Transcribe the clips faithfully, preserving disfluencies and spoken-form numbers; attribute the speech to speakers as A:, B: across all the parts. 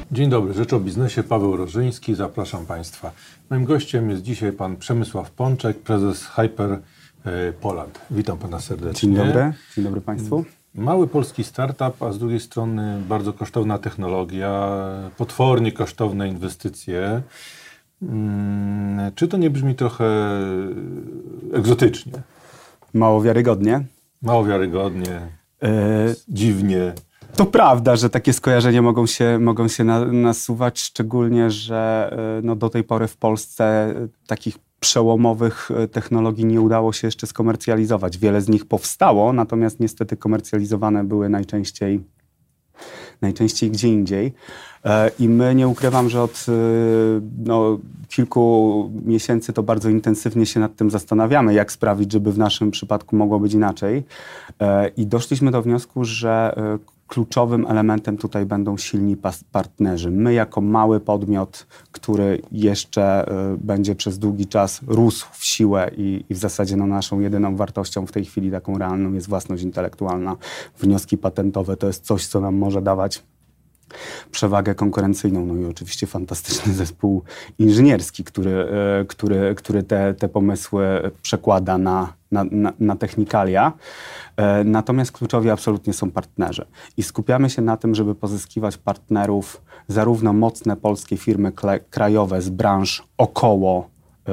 A: Dzień dobry, Rzecz o Biznesie, Paweł Rożyński, zapraszam Państwa. Moim gościem jest dzisiaj pan Przemysław Pączek, prezes Hyper Poland. Witam Pana serdecznie.
B: Dzień dobry, dzień dobry Państwu.
A: Mały polski startup, a z drugiej strony bardzo kosztowna technologia, potwornie kosztowne inwestycje. Hmm, czy to nie brzmi trochę egzotycznie?
B: Mało wiarygodnie.
A: Mało wiarygodnie, e... dziwnie.
B: To prawda, że takie skojarzenia mogą się, mogą się na, nasuwać, szczególnie, że no, do tej pory w Polsce takich przełomowych technologii nie udało się jeszcze skomercjalizować. Wiele z nich powstało, natomiast niestety komercjalizowane były najczęściej, najczęściej gdzie indziej. I my, nie ukrywam, że od no, kilku miesięcy to bardzo intensywnie się nad tym zastanawiamy, jak sprawić, żeby w naszym przypadku mogło być inaczej. I doszliśmy do wniosku, że kluczowym elementem tutaj będą silni partnerzy. My jako mały podmiot, który jeszcze y, będzie przez długi czas rósł w siłę i, i w zasadzie no, naszą jedyną wartością w tej chwili taką realną jest własność intelektualna. Wnioski patentowe to jest coś, co nam może dawać przewagę konkurencyjną. No i oczywiście fantastyczny zespół inżynierski, który, y, który, który te, te pomysły przekłada na, na, na, na technikalia. Natomiast kluczowi absolutnie są partnerzy. I skupiamy się na tym, żeby pozyskiwać partnerów, zarówno mocne polskie firmy krajowe z branż około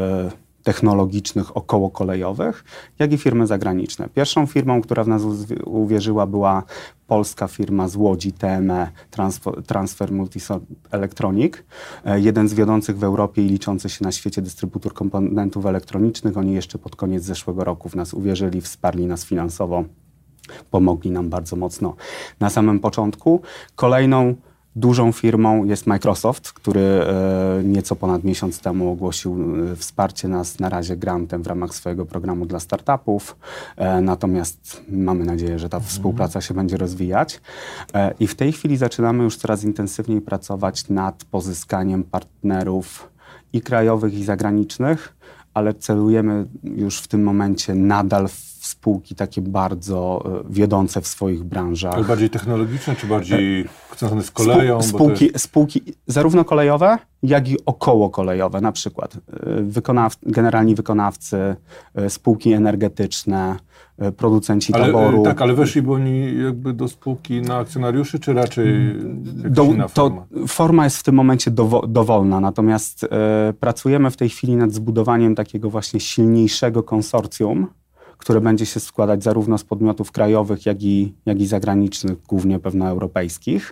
B: y, technologicznych, około kolejowych, jak i firmy zagraniczne. Pierwszą firmą, która w nas uwierzyła, była polska firma z Łodzi, T M E, Transfer, Transfer Multisource Electronic, jeden z wiodących w Europie i liczący się na świecie dystrybutor komponentów elektronicznych. Oni jeszcze pod koniec zeszłego roku w nas uwierzyli, wsparli nas finansowo, pomogli nam bardzo mocno na samym początku. Kolejną dużą firmą jest Microsoft, który e, nieco ponad miesiąc temu ogłosił e, wsparcie nas na razie grantem w ramach swojego programu dla startupów. E, natomiast mamy nadzieję, że ta mhm. współpraca się będzie rozwijać. E, I w tej chwili zaczynamy już coraz intensywniej pracować nad pozyskaniem partnerów i krajowych, i zagranicznych, ale celujemy już w tym momencie nadal w spółki takie bardzo y, wiodące w swoich branżach.
A: Ale bardziej technologiczne, czy bardziej związane z koleją?
B: Spół, spółki,
A: bo to jest...
B: spółki zarówno kolejowe, jak i około kolejowe. Na przykład y, wykonaw, generalni wykonawcy, y, spółki energetyczne, y, producenci
A: ale,
B: taboru.
A: Y, tak, ale weszliby oni jakby do spółki na akcjonariuszy, czy raczej
B: do,
A: inna forma?
B: To forma jest w tym momencie dowo, dowolna, natomiast y, pracujemy w tej chwili nad zbudowaniem takiego właśnie silniejszego konsorcjum, które będzie się składać zarówno z podmiotów krajowych, jak i, jak i zagranicznych, głównie pewno europejskich,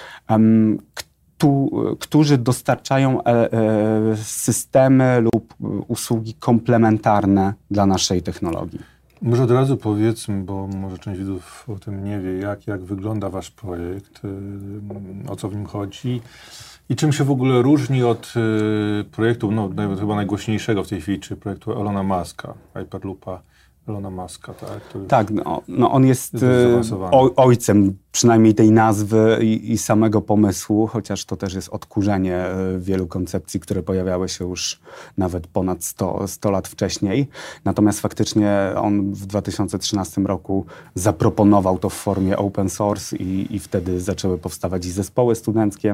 B: um, ktu, którzy dostarczają e, e, systemy lub usługi komplementarne dla naszej technologii.
A: Może od razu powiedzmy, bo może część widzów o tym nie wie, jak, jak wygląda wasz projekt, o co w nim chodzi i czym się w ogóle różni od projektu, no nawet chyba najgłośniejszego w tej chwili, czy projektu Elona Muska, Hyperloopa. Elona Muska, tak? Który
B: tak, no, no on jest,
A: jest
B: o, ojcem przynajmniej tej nazwy i, i samego pomysłu, chociaż to też jest odkurzenie wielu koncepcji, które pojawiały się już nawet ponad sto lat wcześniej. Natomiast faktycznie on w dwa tysiące trzynastym roku zaproponował to w formie open source i, i wtedy zaczęły powstawać i zespoły studenckie,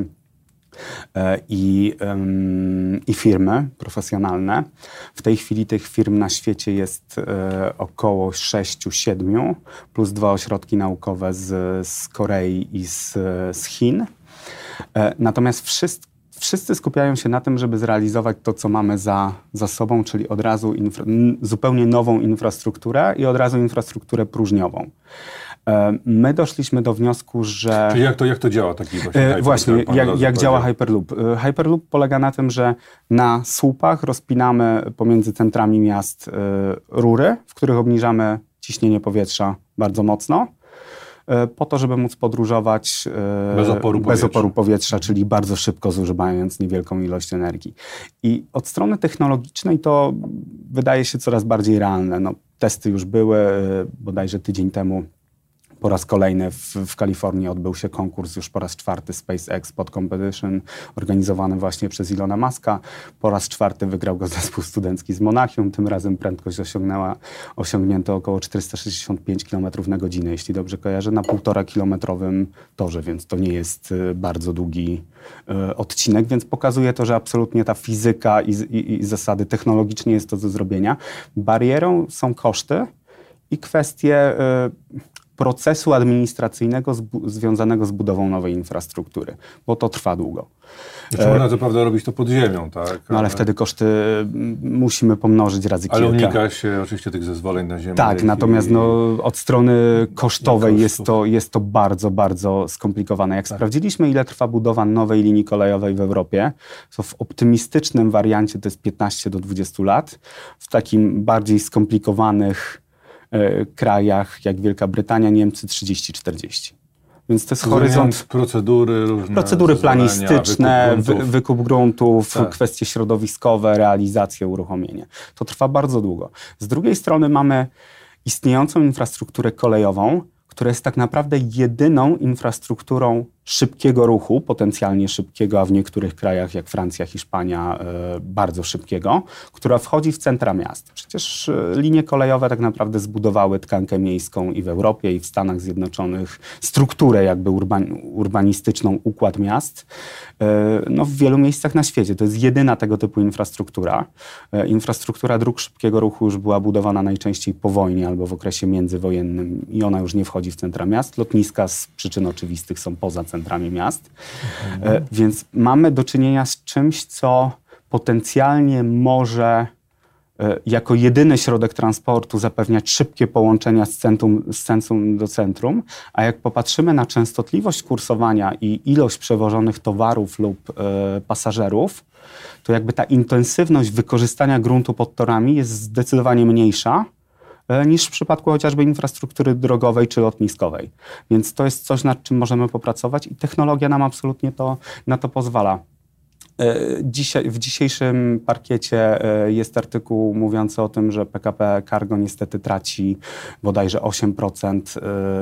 B: I, um, i firmy profesjonalne. W tej chwili tych firm na świecie jest e, około sześciu, siedmiu, plus dwa ośrodki naukowe z, z Korei i z, z Chin. E, natomiast wszyscy, wszyscy skupiają się na tym, żeby zrealizować to, co mamy za, za sobą, czyli od razu infra, zupełnie nową infrastrukturę i od razu infrastrukturę próżniową. My doszliśmy do wniosku, że...
A: Czyli jak to, jak to działa taki właśnie Hyperloop?
B: Właśnie, jak, jak działa Hyperloop? Hyperloop polega na tym, że na słupach rozpinamy pomiędzy centrami miast rury, w których obniżamy ciśnienie powietrza bardzo mocno, po to, żeby móc podróżować
A: bez oporu,
B: bez
A: powietrza.
B: oporu powietrza, czyli bardzo szybko zużywając niewielką ilość energii. I od strony technologicznej to wydaje się coraz bardziej realne. No, testy już były, bodajże tydzień temu Po raz kolejny w, w Kalifornii odbył się konkurs, już po raz czwarty SpaceX Pod Competition, organizowany właśnie przez Ilona Muska. Po raz czwarty wygrał go zespół studencki z Monachium. Tym razem prędkość osiągnęła, osiągnięto około czterysta sześćdziesiąt pięć kilometrów na godzinę, jeśli dobrze kojarzę, na półtora kilometrowym torze, więc to nie jest y, bardzo długi y, odcinek, więc pokazuje to, że absolutnie ta fizyka i, i, i zasady technologicznie jest to do zrobienia. Barierą są koszty i kwestie y, procesu administracyjnego zbu- związanego z budową nowej infrastruktury, bo to trwa długo.
A: Znaczy, można co prawda robić to pod ziemią, tak?
B: No ale wtedy koszty musimy pomnożyć razy
A: ale
B: kilka.
A: unika się oczywiście tych zezwoleń na ziemię.
B: Tak,
A: i,
B: natomiast no, od strony kosztowej
A: i
B: jest to, jest to bardzo, bardzo skomplikowane. Jak
A: tak.
B: sprawdziliśmy, ile trwa budowa nowej linii kolejowej w Europie, to w optymistycznym wariancie to jest piętnaście do dwudziestu lat. W takim bardziej skomplikowanych e, krajach jak Wielka Brytania, Niemcy trzydzieści czterdzieści. Więc to jest horyzont.
A: Procedury różne.
B: Procedury planistyczne,
A: wykup gruntów,
B: wy, wykup gruntów
A: tak.
B: kwestie środowiskowe, realizację, uruchomienie. To trwa bardzo długo. Z drugiej strony mamy istniejącą infrastrukturę kolejową, która jest tak naprawdę jedyną infrastrukturą szybkiego ruchu, potencjalnie szybkiego, a w niektórych krajach jak Francja, Hiszpania y, bardzo szybkiego, która wchodzi w centra miast. Przecież y, linie kolejowe tak naprawdę zbudowały tkankę miejską i w Europie, i w Stanach Zjednoczonych, strukturę jakby urban, urbanistyczną, układ miast, y, no w wielu miejscach na świecie. To jest jedyna tego typu infrastruktura. Y, infrastruktura dróg szybkiego ruchu już była budowana najczęściej po wojnie albo w okresie międzywojennym i ona już nie wchodzi w centra miast. Lotniska z przyczyn oczywistych są poza centrami miast. Mhm. E, więc mamy do czynienia z czymś, co potencjalnie może e, jako jedyny środek transportu zapewniać szybkie połączenia z centrum, z centrum do centrum, a jak popatrzymy na częstotliwość kursowania i ilość przewożonych towarów lub e, pasażerów, to jakby ta intensywność wykorzystania gruntu pod torami jest zdecydowanie mniejsza niż w przypadku chociażby infrastruktury drogowej czy lotniskowej. Więc to jest coś, nad czym możemy popracować i technologia nam absolutnie to, na to pozwala. Dzisiaj, w dzisiejszym parkiecie jest artykuł mówiący o tym, że P K P Cargo niestety traci bodajże osiem procent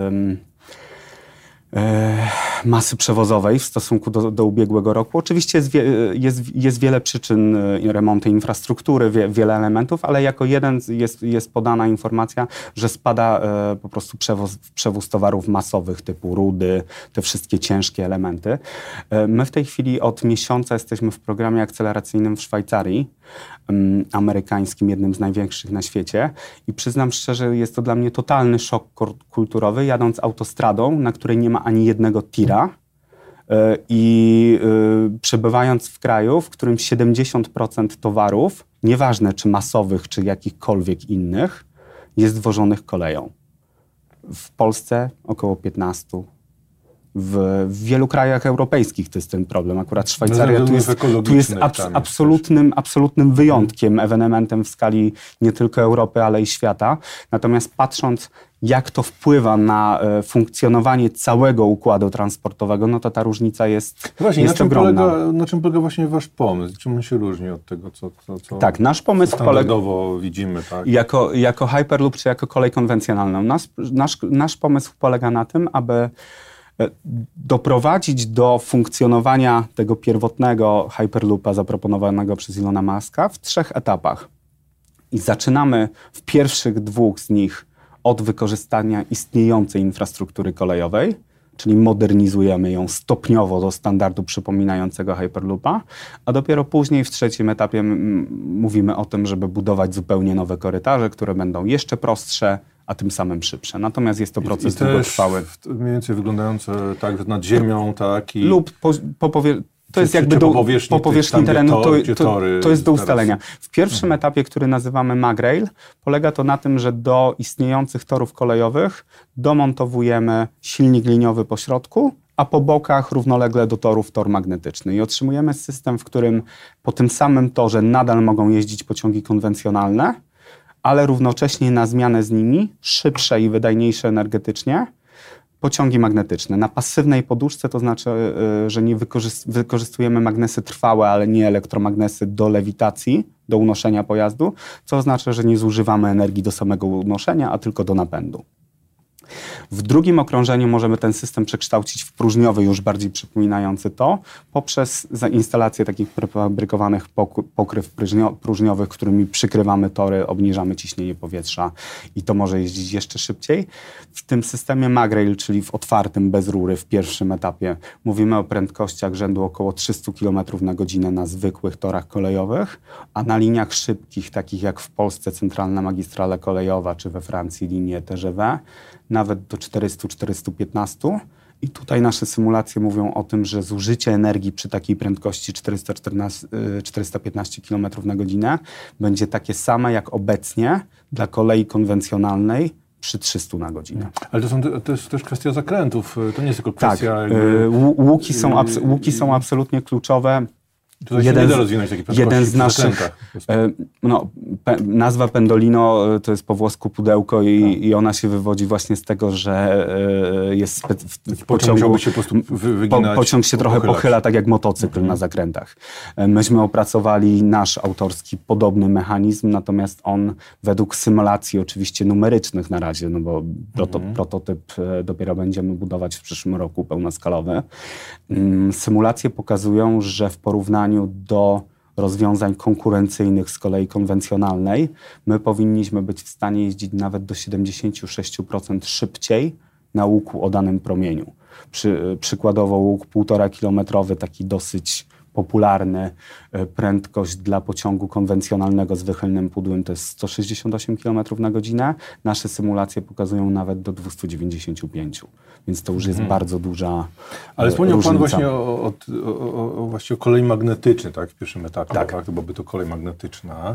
B: masy przewozowej w stosunku do, do ubiegłego roku. Oczywiście jest, wie, jest, jest wiele przyczyn remontu infrastruktury, wie, wiele elementów, ale jako jeden jest, jest podana informacja, że spada e, po prostu przewóz, przewóz towarów masowych typu rudy, te wszystkie ciężkie elementy. E, my w tej chwili od miesiąca jesteśmy w programie akceleracyjnym w Szwajcarii, um, amerykańskim, jednym z największych na świecie i przyznam szczerze, jest to dla mnie totalny szok kulturowy, jadąc autostradą, na której nie ma ani jednego tira yy, i yy, przebywając w kraju, w którym siedemdziesiąt procent towarów, nieważne czy masowych, czy jakichkolwiek innych, jest wożonych koleją. W Polsce około piętnaście procent. W, w wielu krajach europejskich to jest ten problem. Akurat Szwajcaria
A: no,
B: tu jest, tu jest abs, absolutnym, absolutnym wyjątkiem, ewenementem w skali nie tylko Europy, ale i świata. Natomiast patrząc, jak to wpływa na e, funkcjonowanie całego układu transportowego, no to ta różnica jest,
A: właśnie,
B: jest
A: na czym
B: ogromna.
A: Polega, na czym polega właśnie wasz pomysł? Czym on się różni od tego, co, co, co
B: tak, nasz pomysł
A: standardowo polega, widzimy? Tak?
B: Jako, jako Hyperloop czy jako kolej konwencjonalną. Nasz, nasz, nasz pomysł polega na tym, aby doprowadzić do funkcjonowania tego pierwotnego Hyperloopa zaproponowanego przez Ilona Muska w trzech etapach. I zaczynamy w pierwszych dwóch z nich od wykorzystania istniejącej infrastruktury kolejowej, czyli modernizujemy ją stopniowo do standardu przypominającego Hyperloopa, a dopiero później w trzecim etapie m- mówimy o tym, żeby budować zupełnie nowe korytarze, które będą jeszcze prostsze, a tym samym szybsze. Natomiast jest to proces
A: I, i
B: długotrwały.
A: Mniej więcej wyglądające tak nad ziemią, tak? I
B: lub po, po powie... To
A: czy,
B: jest
A: czy,
B: jakby
A: czy
B: do,
A: po powierzchni,
B: po powierzchni
A: tych,
B: terenu,
A: to,
B: to, to, to jest do ustalenia. W pierwszym mhm. etapie, który nazywamy MagRail, polega to na tym, że do istniejących torów kolejowych domontowujemy silnik liniowy po środku, a po bokach równolegle do torów tor magnetyczny. I otrzymujemy system, w którym po tym samym torze nadal mogą jeździć pociągi konwencjonalne, ale równocześnie na zmianę z nimi, szybsze i wydajniejsze energetycznie, pociągi magnetyczne. Na pasywnej poduszce to znaczy, że nie wykorzyst- wykorzystujemy magnesy trwałe, ale nie elektromagnesy do lewitacji, do unoszenia pojazdu, co oznacza, że nie zużywamy energii do samego unoszenia, a tylko do napędu. W drugim okrążeniu możemy ten system przekształcić w próżniowy, już bardziej przypominający to, poprzez instalację takich prefabrykowanych pokryw próżniowych, którymi przykrywamy tory, obniżamy ciśnienie powietrza i to może jeździć jeszcze szybciej. W tym systemie Magrail, czyli w otwartym, bez rury, w pierwszym etapie, mówimy o prędkościach rzędu około trzysta kilometrów na godzinę na zwykłych torach kolejowych, a na liniach szybkich, takich jak w Polsce centralna magistrala kolejowa, czy we Francji linie T G V, nawet do czterysta do czterystu piętnastu. I tutaj nasze symulacje mówią o tym, że zużycie energii przy takiej prędkości czterysta czternaście, czterysta piętnaście kilometrów na godzinę będzie takie same jak obecnie dla kolei konwencjonalnej przy trzystu na godzinę.
A: Ale to, są, to jest też kwestia zakrętów, to nie jest tylko
B: tak,
A: kwestia... Jakby,
B: łuki, są abs- łuki są absolutnie kluczowe.
A: Tutaj jeden, się nie da rozwinąć takiej prędkości
B: jeden z naszych, e, no, pe, nazwa Pendolino to jest po włosku pudełko i, tak. i ona się wywodzi właśnie z tego, że e, jest spe, w, w pociągu, się po wy, wyginać, po, pociąg się trochę pochylać. pochyla, tak jak motocykl mhm. na zakrętach. E, myśmy opracowali nasz autorski podobny mechanizm, natomiast on według symulacji oczywiście numerycznych na razie, no bo proto, mhm. prototyp e, dopiero będziemy budować w przyszłym roku pełnoskalowy. Mm, symulacje pokazują, że w porównaniu do rozwiązań konkurencyjnych z kolei konwencjonalnej, my powinniśmy być w stanie jeździć nawet do siedemdziesiąt sześć procent szybciej na łuku o danym promieniu. Przy, przykładowo łuk półtora kilometrowy, taki dosyć popularny, prędkość dla pociągu konwencjonalnego z wychylnym pudłem to jest sto sześćdziesiąt osiem kilometrów na godzinę. Nasze symulacje pokazują nawet do dwieście dziewięćdziesiąt pięć. Więc to już jest hmm. bardzo duża
A: Ale wspomniał
B: różnica.
A: Pan właśnie o, o, o, o, właśnie o kolei magnetycznej, tak, w pierwszym etapie,
B: tak.
A: tak? To byłaby to kolej magnetyczna.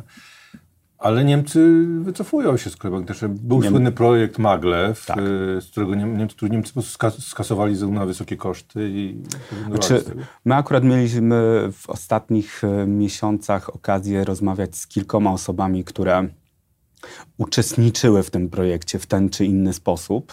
A: Ale Niemcy wycofują się z kolei magnetycznej. Był Niem... słynny projekt Maglev, tak. z którego Niemcy, który Niemcy po prostu skasowali ze względu na wysokie koszty. I
B: znaczy, my akurat mieliśmy w ostatnich miesiącach okazję rozmawiać z kilkoma osobami, które uczestniczyły w tym projekcie w ten czy inny sposób,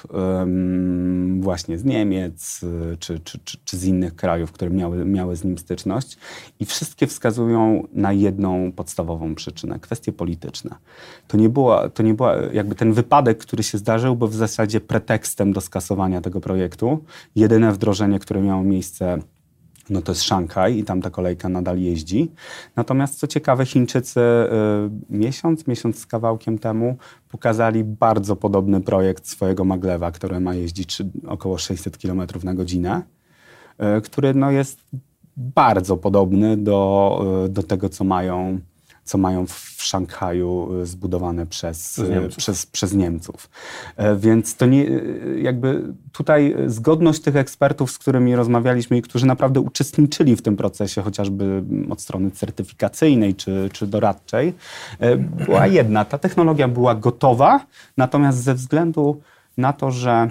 B: um, właśnie z Niemiec czy, czy, czy, czy z innych krajów, które miały, miały z nim styczność i wszystkie wskazują na jedną podstawową przyczynę, kwestie polityczne. To nie była, to nie była jakby ten wypadek, który się zdarzył, był w zasadzie pretekstem do skasowania tego projektu. Jedyne wdrożenie, które miało miejsce, no to jest Szanghaj i tam ta kolejka nadal jeździ. Natomiast co ciekawe, Chińczycy y, miesiąc, miesiąc z kawałkiem temu pokazali bardzo podobny projekt swojego Magleva, który ma jeździć około sześćset kilometrów na godzinę, y, który no, jest bardzo podobny do, y, do tego, co mają, co mają w Szanghaju zbudowane przez,
A: przez, Niemców.
B: przez, przez Niemców. Więc to nie, jakby tutaj zgodność tych ekspertów, z którymi rozmawialiśmy i którzy naprawdę uczestniczyli w tym procesie, chociażby od strony certyfikacyjnej czy, czy doradczej, była jedna. Ta technologia była gotowa, natomiast ze względu na to, że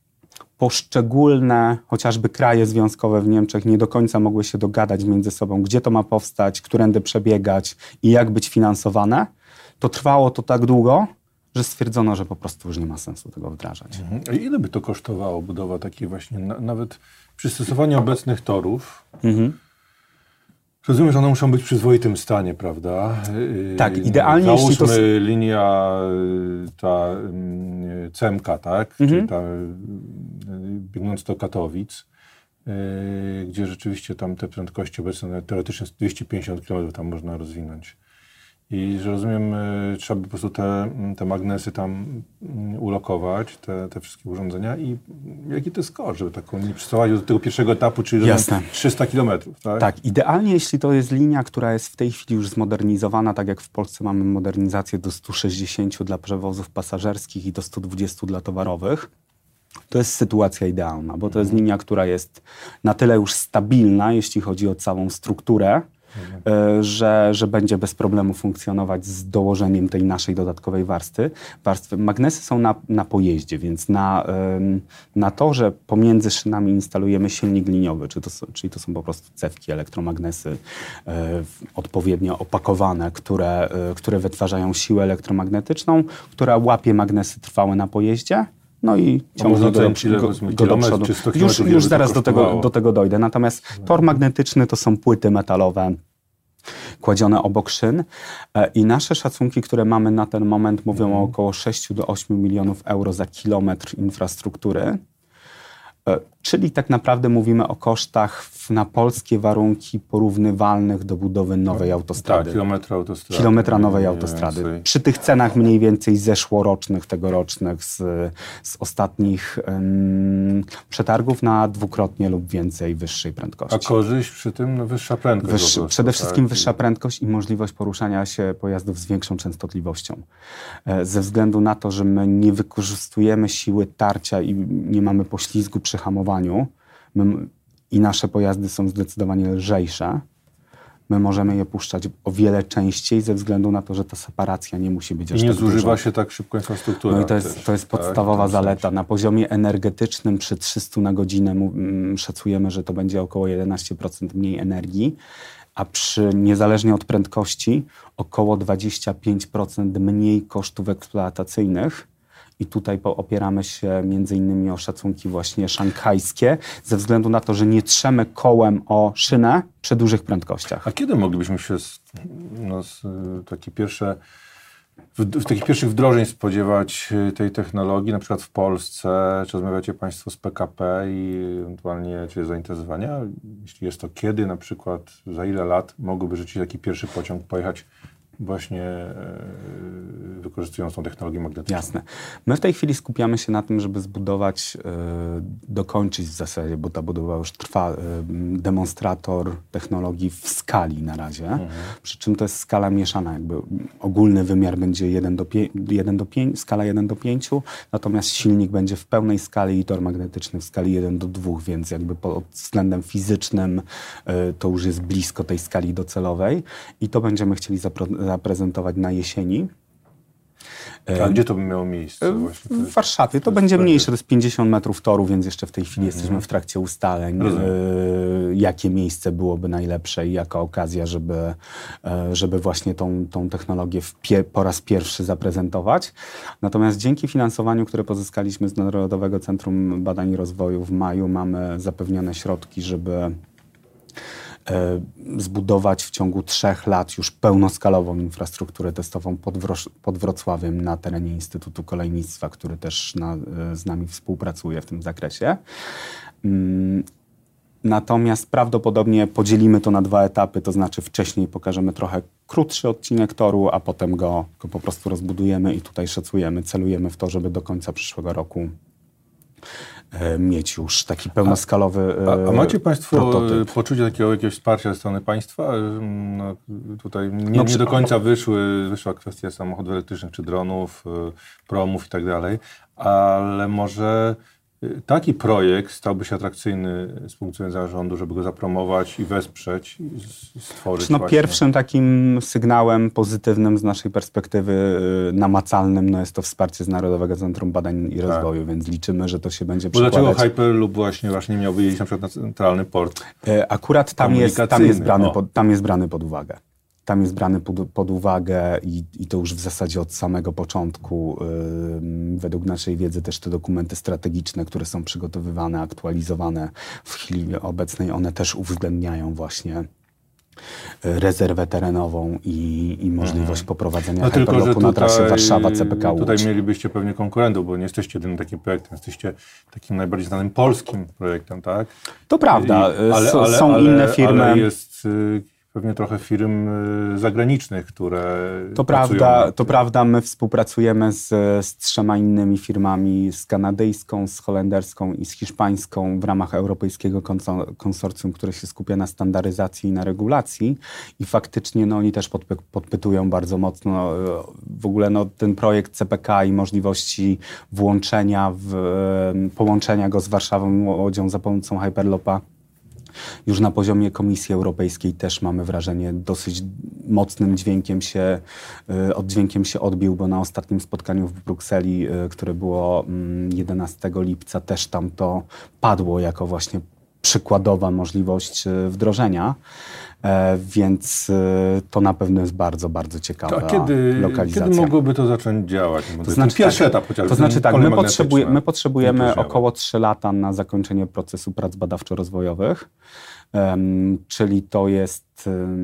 B: poszczególne, chociażby kraje związkowe w Niemczech nie do końca mogły się dogadać między sobą, gdzie to ma powstać, którędy przebiegać i jak być finansowane, to trwało to tak długo, że stwierdzono, że po prostu już nie ma sensu tego wdrażać.
A: Mhm. A ile by to kosztowało budowa takiej właśnie, na, nawet przystosowanie obecnych torów? Mhm. Rozumiem, że one muszą być w przyzwoitym stanie, prawda?
B: Tak, idealnie
A: Załóżmy
B: jeśli to...
A: linia ta Cemka, tak? Mhm. Czyli ta biegnąc do Katowic, gdzie rzeczywiście tam te prędkości obecne teoretycznie dwieście pięćdziesiąt kilometrów tam można rozwinąć. I że rozumiem, trzeba by po prostu te, te magnesy tam ulokować, te, te wszystkie urządzenia i jaki to jest koszt, żeby taką linię przystosować do tego pierwszego etapu, czyli trzysta kilometrów, tak?
B: Tak, idealnie jeśli to jest linia, która jest w tej chwili już zmodernizowana, tak jak w Polsce mamy modernizację do stu sześćdziesięciu dla przewozów pasażerskich i do stu dwudziestu dla towarowych, to jest sytuacja idealna, bo to jest linia, która jest na tyle już stabilna, jeśli chodzi o całą strukturę, Mhm. Że, że będzie bez problemu funkcjonować z dołożeniem tej naszej dodatkowej warstwy. warstwy. Magnesy są na, na pojeździe, więc na, na to, że pomiędzy szynami instalujemy silnik liniowy, czy to, czyli to są po prostu cewki, elektromagnesy e, odpowiednio opakowane, które, e, które wytwarzają siłę elektromagnetyczną, która łapie magnesy trwałe na pojeździe. No i ciągnie go, go, go do przodu. Już, już zaraz do tego, do tego dojdę. Natomiast tor magnetyczny to są płyty metalowe, kładzione obok szyn. I nasze szacunki, które mamy na ten moment, mówią mhm. o około sześć do ośmiu milionów euro za kilometr infrastruktury. Czyli tak naprawdę mówimy o kosztach w, na polskie warunki porównywalnych do budowy nowej autostrady.
A: Tak, kilometra autostrady.
B: Kilometra nowej autostrady. Więcej. Przy tych cenach mniej więcej zeszłorocznych, tegorocznych, z, z ostatnich um, przetargów na dwukrotnie lub więcej wyższej prędkości.
A: A korzyść przy tym no, wyższa prędkość?
B: Wyższy,
A: prostu,
B: przede wszystkim
A: tak?
B: wyższa prędkość i możliwość poruszania się pojazdów z większą częstotliwością. Ze względu na to, że my nie wykorzystujemy siły tarcia i nie mamy poślizgu przy hamowaniu, My, i nasze pojazdy są zdecydowanie lżejsze, my możemy je puszczać o wiele częściej ze względu na to, że ta separacja nie musi być aż
A: I nie
B: tak
A: zużywa
B: duża.
A: się tak szybko infrastruktura.
B: No i to jest,
A: też,
B: to jest
A: tak?
B: podstawowa
A: to
B: zaleta. Na poziomie energetycznym przy trzystu na godzinę mm, szacujemy, że to będzie około jedenaście procent mniej energii, a przy, niezależnie od prędkości, około dwadzieścia pięć procent mniej kosztów eksploatacyjnych. I tutaj opieramy się między innymi o szacunki właśnie szanghajskie, ze względu na to, że nie trzemy kołem o szynę przy dużych prędkościach.
A: A kiedy moglibyśmy się z, no, z, takie pierwsze, w, w takich pierwszych wdrożeń spodziewać tej technologii, na przykład w Polsce? Czy rozmawiacie Państwo z P K P i ewentualnie czy zainteresowania? Jeśli jest to kiedy, na przykład za ile lat mogłyby rzeczywiście taki pierwszy pociąg pojechać właśnie e, wykorzystując tą technologię magnetyczną?
B: Jasne. My w tej chwili skupiamy się na tym, żeby zbudować, e, dokończyć w zasadzie, bo ta budowa już trwa, e, demonstrator technologii w skali na razie. Mhm. Przy czym to jest skala mieszana, jakby ogólny wymiar będzie jeden do pięciu, skala jeden do pięciu, natomiast silnik będzie w pełnej skali i tor magnetyczny w skali jeden do dwóch, więc jakby pod względem fizycznym e, to już jest blisko tej skali docelowej i to będziemy chcieli zapro- zaprezentować na jesieni.
A: A gdzie to by miało miejsce? Właśnie?
B: W Warszawie. To, to będzie mniejsze, to jest pięćdziesiąt metrów toru, więc jeszcze w tej chwili mhm. jesteśmy w trakcie ustaleń, e, jakie miejsce byłoby najlepsze i jaka okazja, żeby, e, żeby właśnie tą, tą technologię w pie, po raz pierwszy zaprezentować. Natomiast dzięki finansowaniu, które pozyskaliśmy z Narodowego Centrum Badań i Rozwoju w maju, mamy zapewnione środki, żeby zbudować w ciągu trzech lat już pełnoskalową infrastrukturę testową pod, Wro- pod Wrocławiem na terenie Instytutu Kolejnictwa, który też na, z nami współpracuje w tym zakresie. Natomiast prawdopodobnie podzielimy to na dwa etapy, to znaczy wcześniej pokażemy trochę krótszy odcinek toru, a potem go, go po prostu rozbudujemy i tutaj szacujemy, celujemy w to, żeby do końca przyszłego roku mieć już taki pełnoskalowy prototyp.
A: A, a macie Państwo prototyp. poczucie takiego jakiegoś wsparcia ze strony państwa? No, tutaj nie, nie do końca wyszły, wyszła kwestia samochodów elektrycznych czy dronów, promów i tak dalej, ale może taki projekt stałby się atrakcyjny z punktu widzenia rządu, żeby go zapromować i wesprzeć i stworzyć
B: no,
A: właśnie...
B: Pierwszym takim sygnałem pozytywnym z naszej perspektywy namacalnym no jest to wsparcie z Narodowego Centrum Badań i Rozwoju, tak. Więc liczymy, że to się będzie
A: Bo
B: przekładać.
A: dlaczego Hyperloop właśnie, właśnie miałby jeździć na przykład na centralny port?
B: Akurat tam jest, tam jest, brany pod, tam jest brany pod uwagę. Tam jest brany pod, pod uwagę i, i to już w zasadzie od samego początku. Yy, według naszej wiedzy też te dokumenty strategiczne, które są przygotowywane, aktualizowane w chwili obecnej, one też uwzględniają właśnie rezerwę terenową i, i możliwość mhm. poprowadzenia no Hyperloopu na trasie Warszawa-C P K Łódź.
A: Tutaj mielibyście pewnie konkurentów, bo nie jesteście jedynym takim projektem, jesteście takim najbardziej znanym polskim projektem, tak?
B: To prawda,
A: I, ale, ale,
B: są
A: ale,
B: inne firmy.
A: Ale jest y, pewnie trochę firm y, zagranicznych, które
B: To prawda, to prawda, my współpracujemy z, z trzema innymi firmami, z kanadyjską, z holenderską i z hiszpańską w ramach europejskiego konsor- konsorcjum, które się skupia na standaryzacji i na regulacji i faktycznie no, oni też podpy- podpytują bardzo mocno w ogóle no, ten projekt C P K i możliwości włączenia, w, połączenia go z Warszawą i Łodzią za pomocą Hyperloopa. Już na poziomie Komisji Europejskiej też mamy wrażenie, dosyć mocnym dźwiękiem się, oddźwiękiem się odbił, bo na ostatnim spotkaniu w Brukseli, które było jedenastego lipca, też tam to padło jako właśnie przykładowa możliwość wdrożenia. E, więc e, to na pewno jest bardzo, bardzo ciekawa
A: A kiedy,
B: lokalizacja.
A: Kiedy mogłoby to zacząć działać?
B: To znaczy
A: pierwszy
B: tak,
A: etap chociażby.
B: To znaczy tak, my, potrzebuj, my potrzebujemy około trzy lata na zakończenie procesu prac badawczo-rozwojowych, um, czyli to jest um,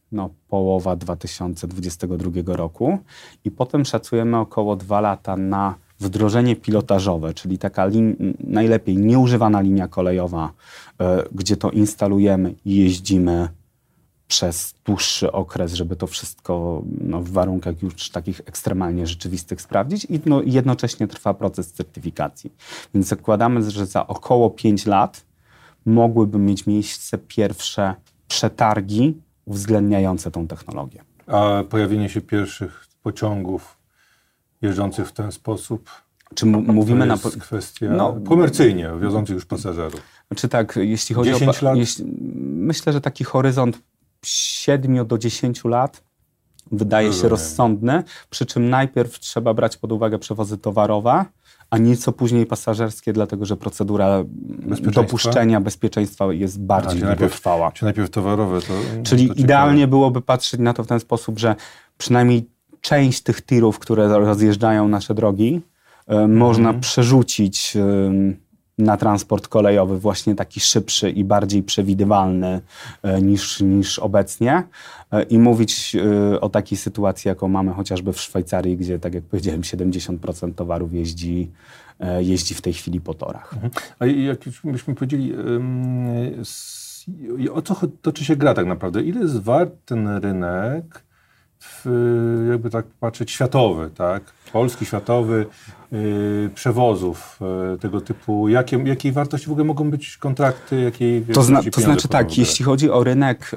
B: no, połowa dwa tysiące dwudziestego drugiego roku i potem szacujemy około dwa lata na wdrożenie pilotażowe, czyli taka lin- najlepiej nieużywana linia kolejowa, y, gdzie to instalujemy i jeździmy przez dłuższy okres, żeby to wszystko no, w warunkach już takich ekstremalnie rzeczywistych sprawdzić i no, jednocześnie trwa proces certyfikacji. Więc zakładamy, że za około pięć lat mogłyby mieć miejsce pierwsze przetargi uwzględniające tą technologię.
A: A pojawienie się pierwszych pociągów jeżdżących w ten sposób,
B: Czy m- mówimy
A: to jest
B: na...
A: kwestia
B: no,
A: komercyjnie, wiozących już pasażerów.
B: Czy tak, jeśli chodzi
A: dziesięć
B: o...
A: lat?
B: Jeśli, myślę, że taki horyzont siedmiu do dziesięciu lat wydaje
A: Rozumiem.
B: się rozsądny, przy czym najpierw trzeba brać pod uwagę przewozy towarowe, a nieco później pasażerskie, dlatego że procedura
A: Bezpieczeństwa?
B: dopuszczenia bezpieczeństwa jest bardziej
A: A,
B: długotrwała.
A: Czy najpierw towarowe, to...
B: Czyli
A: to
B: idealnie
A: ciekawe.
B: byłoby patrzeć na to w ten sposób, że przynajmniej część tych tirów, które rozjeżdżają nasze drogi, y, można przerzucić y, na transport kolejowy, właśnie taki szybszy i bardziej przewidywalny y, niż, niż obecnie y, i mówić y, o takiej sytuacji, jaką mamy chociażby w Szwajcarii, gdzie, tak jak powiedziałem, siedemdziesiąt procent towarów jeździ, y, jeździ w tej chwili po torach.
A: Mhm. A jak już byśmy powiedzieli, ym, s- o co cho- toczy się gra tak naprawdę? Ile jest wart ten rynek, w, jakby tak patrzeć, światowy, tak? Polski, światowy, yy, przewozów yy, tego typu. Jakie, jakiej wartości w ogóle mogą być kontrakty? Jakiej
B: To, zna,
A: wielkości
B: to
A: pieniądze
B: znaczy tak,
A: wchodzą w grę?
B: jeśli chodzi o rynek,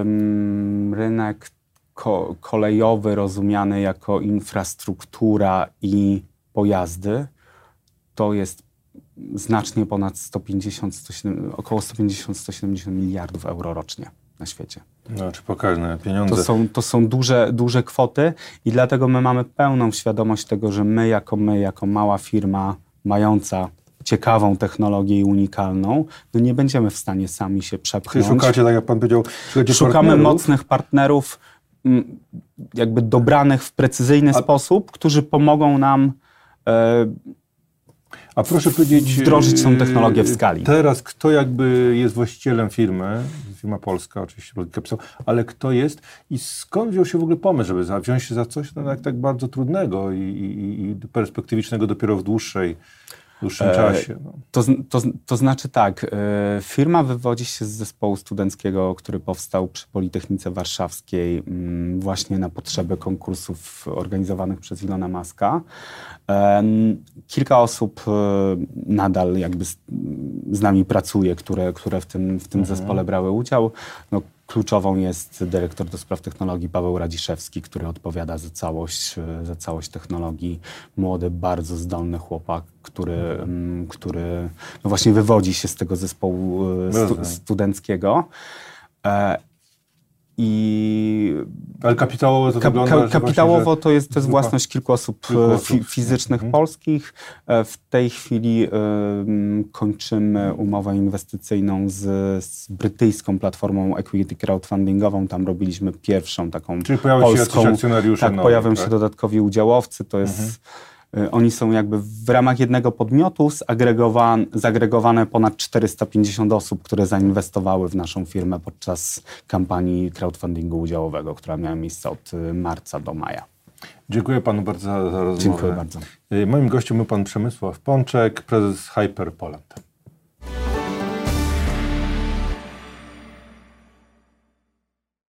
B: ym, rynek ko- kolejowy rozumiany jako infrastruktura i pojazdy, to jest znacznie ponad sto pięćdziesiąt, sto siedemdziesiąt, około sto pięćdziesiąt do stu siedemdziesięciu miliardów euro rocznie na świecie.
A: No, czy pokaźne pieniądze.
B: To są, to są duże, duże kwoty i dlatego my mamy pełną świadomość tego, że my jako my, jako mała firma mająca ciekawą technologię i unikalną, no nie będziemy w stanie sami się
A: Czyli
B: przepchnąć.
A: szukacie, tak jak pan powiedział, szukacie
B: Szukamy
A: partnerów.
B: mocnych partnerów, m, jakby dobranych w precyzyjny
A: A-
B: sposób, którzy pomogą nam e,
A: A proszę powiedzieć...
B: wdrożyć tą technologię w
A: yy,
B: skali.
A: Teraz kto jakby jest właścicielem firmy, firma polska oczywiście, Capital, ale kto jest i skąd wziął się w ogóle pomysł, żeby za- wziąć się za coś no, tak, tak bardzo trudnego i, i, i perspektywicznego dopiero w dłuższej, dłuższym
B: E,
A: czasie? No.
B: To, z- to, z- to znaczy tak, e, firma wywodzi się z zespołu studenckiego, który powstał przy Politechnice Warszawskiej mm, właśnie na potrzeby konkursów organizowanych przez Ilona Muska. E, Kilka osób e, nadal jakby z, z nami pracuje, które, które w tym, w tym zespole brały udział. No, kluczową jest dyrektor do spraw technologii Paweł Radziszewski, który odpowiada za całość, e, za całość technologii. Młody, bardzo zdolny chłopak, który, mm, który no właśnie wywodzi się z tego zespołu e, stu,
A: Rozumiem.
B: studenckiego. E, I
A: Ale kapitałowo to
B: Kap,
A: wygląda,
B: ka,
A: że
B: kapitałowo
A: właśnie, że
B: to jest, to jest
A: zwykła-
B: własność kilku osób,
A: kilku
B: e,
A: osób.
B: fi, fizycznych
A: Mhm.
B: polskich. E, W tej chwili e, m, kończymy umowę inwestycyjną z, z brytyjską platformą equity crowdfundingową. Tam robiliśmy pierwszą taką
A: Czyli pojawią się
B: polską.
A: jacyś akcjonariusze
B: Tak,
A: nowi,
B: pojawią
A: tak?
B: się dodatkowi udziałowcy. To jest...
A: Mhm.
B: e, Oni są jakby w ramach jednego podmiotu zagregowane, zagregowane ponad czterysta pięćdziesiąt osób, które zainwestowały w naszą firmę podczas kampanii crowdfundingu udziałowego, która miała miejsce od e, marca do maja.
A: Dziękuję panu bardzo za, za rozmowę.
B: Dziękuję bardzo.
A: Y, Moim gościem był pan Przemysław Pączek, prezes Hyper Poland.